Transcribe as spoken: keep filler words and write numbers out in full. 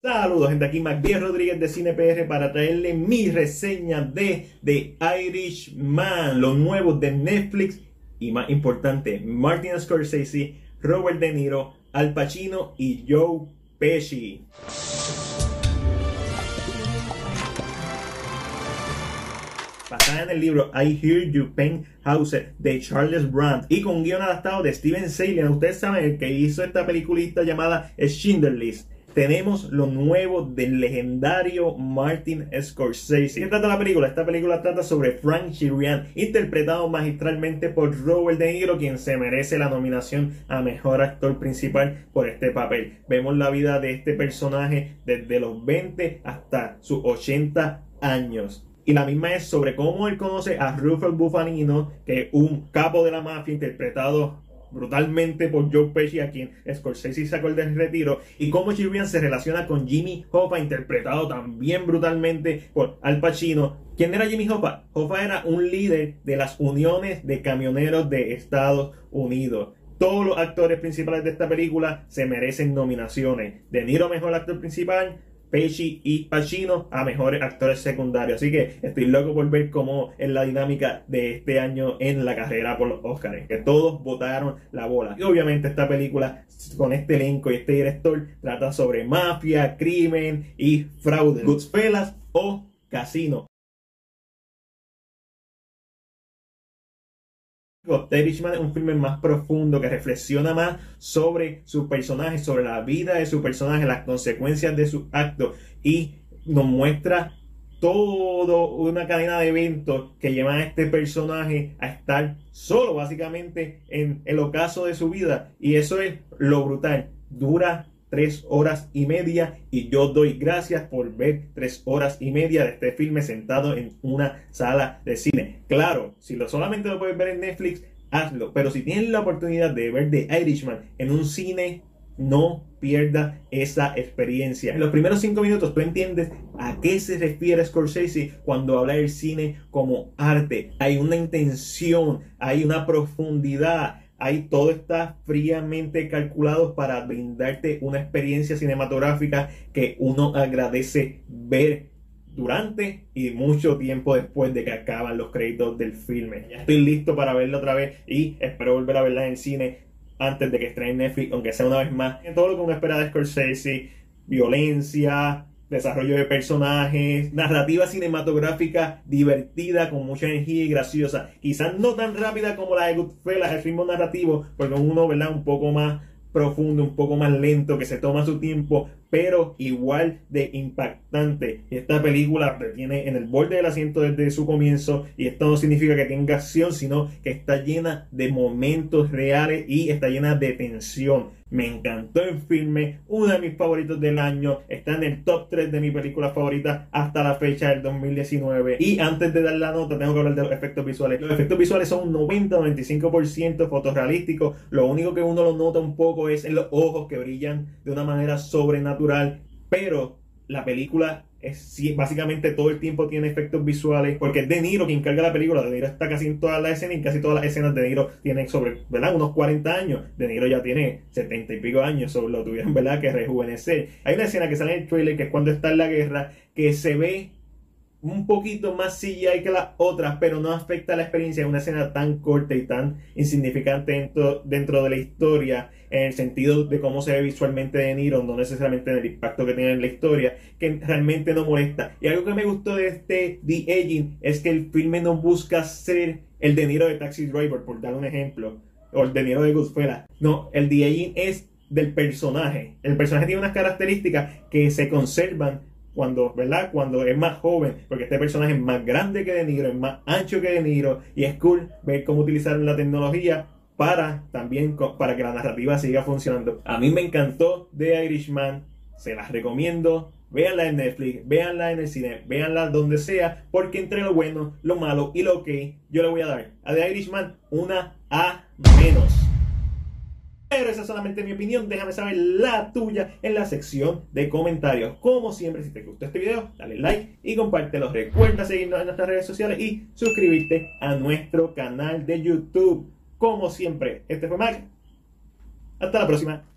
Saludos gente, aquí Macdiel Rodríguez de Cine P R para traerle mi reseña de The Irishman, lo nuevo de Netflix y más importante, Martin Scorsese, Robert De Niro, Al Pacino y Joe Pesci. Basada en el libro I Hear You Penthouse de Charles Brandt y con un guion adaptado de Steven Salian. Ustedes saben, el que hizo esta peliculita llamada Schindler's List. Tenemos lo nuevo del legendario Martin Scorsese. ¿Qué trata la película? Esta película trata sobre Frank Sheeran, interpretado magistralmente por Robert De Niro, quien se merece la nominación a Mejor Actor Principal por este papel. Vemos la vida de este personaje desde los veinte hasta sus ochenta años. Y la misma es sobre cómo él conoce a Rufus Bufalino, que es un capo de la mafia interpretado brutalmente por Joe Pesci, a quien Scorsese sacó del retiro, y cómo Sheeran se relaciona con Jimmy Hoffa, interpretado también brutalmente por Al Pacino. ¿Quién era Jimmy Hoffa? Hoffa era un líder de las uniones de camioneros de Estados Unidos. Todos los actores principales de esta película se merecen nominaciones. De Niro mejor actor principal, Pesci y Pacino a mejores actores secundarios. Así que estoy loco por ver cómo es la dinámica de este año en la carrera por los Oscars, que todos votaron la bola. Y obviamente esta película con este elenco y este director trata sobre mafia, crimen y fraude. Goodfellas o Casino. The Irishman es un filme más profundo que reflexiona más sobre su personaje, sobre la vida de su personaje, las consecuencias de sus actos, y nos muestra toda una cadena de eventos que llevan a este personaje a estar solo básicamente en el ocaso de su vida, y eso es lo brutal. Dura tres horas y media y yo doy gracias por ver tres horas y media de este filme sentado en una sala de cine. Claro, si lo solamente lo puedes ver en Netflix, hazlo, pero si tienes la oportunidad de ver The Irishman en un cine, no pierdas esa experiencia. En los primeros cinco minutos tú entiendes a qué se refiere Scorsese cuando habla del cine como arte. Hay una intención, hay una profundidad. Ahí todo está fríamente calculado para brindarte una experiencia cinematográfica que uno agradece ver durante y mucho tiempo después de que acaban los créditos del filme. Ya estoy listo para verla otra vez y espero volver a verla en cine antes de que estrene Netflix, aunque sea una vez más. Todo lo que uno espera de Scorsese: violencia, desarrollo de personajes, narrativa cinematográfica divertida, con mucha energía y graciosa. Quizás no tan rápida como la de Goodfellas, el ritmo narrativo, porque uno, ¿verdad?, un poco más profundo, un poco más lento, que se toma su tiempo, pero igual de impactante. Esta película te tiene en el borde del asiento desde su comienzo, y esto no significa que tenga acción, sino que está llena de momentos reales y está llena de tensión. Me encantó el filme, uno de mis favoritos del año, está en el top tres de mi película favorita hasta la fecha del dos mil diecinueve. Y antes de dar la nota, tengo que hablar de los efectos visuales. Los efectos visuales son un noventa a noventa y cinco por ciento fotorrealísticos. Lo único que uno lo nota un poco es en los ojos, que brillan de una manera sobrenatural, pero la película es, sí, básicamente todo el tiempo tiene efectos visuales, porque es De Niro quien carga la película. De Niro está casi en todas las escenas, y casi todas las escenas de De Niro tienen sobre, ¿verdad?, unos cuarenta años. De Niro ya tiene setenta y pico años, sobre lo tuvieron, ¿verdad?, que rejuvenecer. Hay una escena que sale en el trailer, que es cuando está en la guerra, que se ve un poquito más C G I que las otras, pero no afecta la experiencia. Es una escena tan corta y tan insignificante dentro, dentro de la historia, en el sentido de cómo se ve visualmente De Niro, no necesariamente en el impacto que tiene en la historia, que realmente no molesta. Y algo que me gustó de este The Aging es que el filme no busca ser el De Niro de Taxi Driver, por dar un ejemplo, o el De Niro de Goodfellas. No, el The Aging es del personaje. El personaje tiene unas características que se conservan cuando, ¿verdad?, cuando es más joven, porque este personaje es más grande que De Niro, es más ancho que De Niro, y es cool ver cómo utilizaron la tecnología para también para que la narrativa siga funcionando. A mí me encantó The Irishman, se las recomiendo. Véanla en Netflix, véanla en el cine, véanla donde sea, porque entre lo bueno, lo malo y lo ok, yo le voy a dar a The Irishman una A menos. Pero esa es solamente mi opinión. Déjame saber la tuya en la sección de comentarios. Como siempre, si te gustó este video, dale like y compártelo. Recuerda seguirnos en nuestras redes sociales y suscribirte a nuestro canal de YouTube. Como siempre, este fue Mac. Hasta la próxima.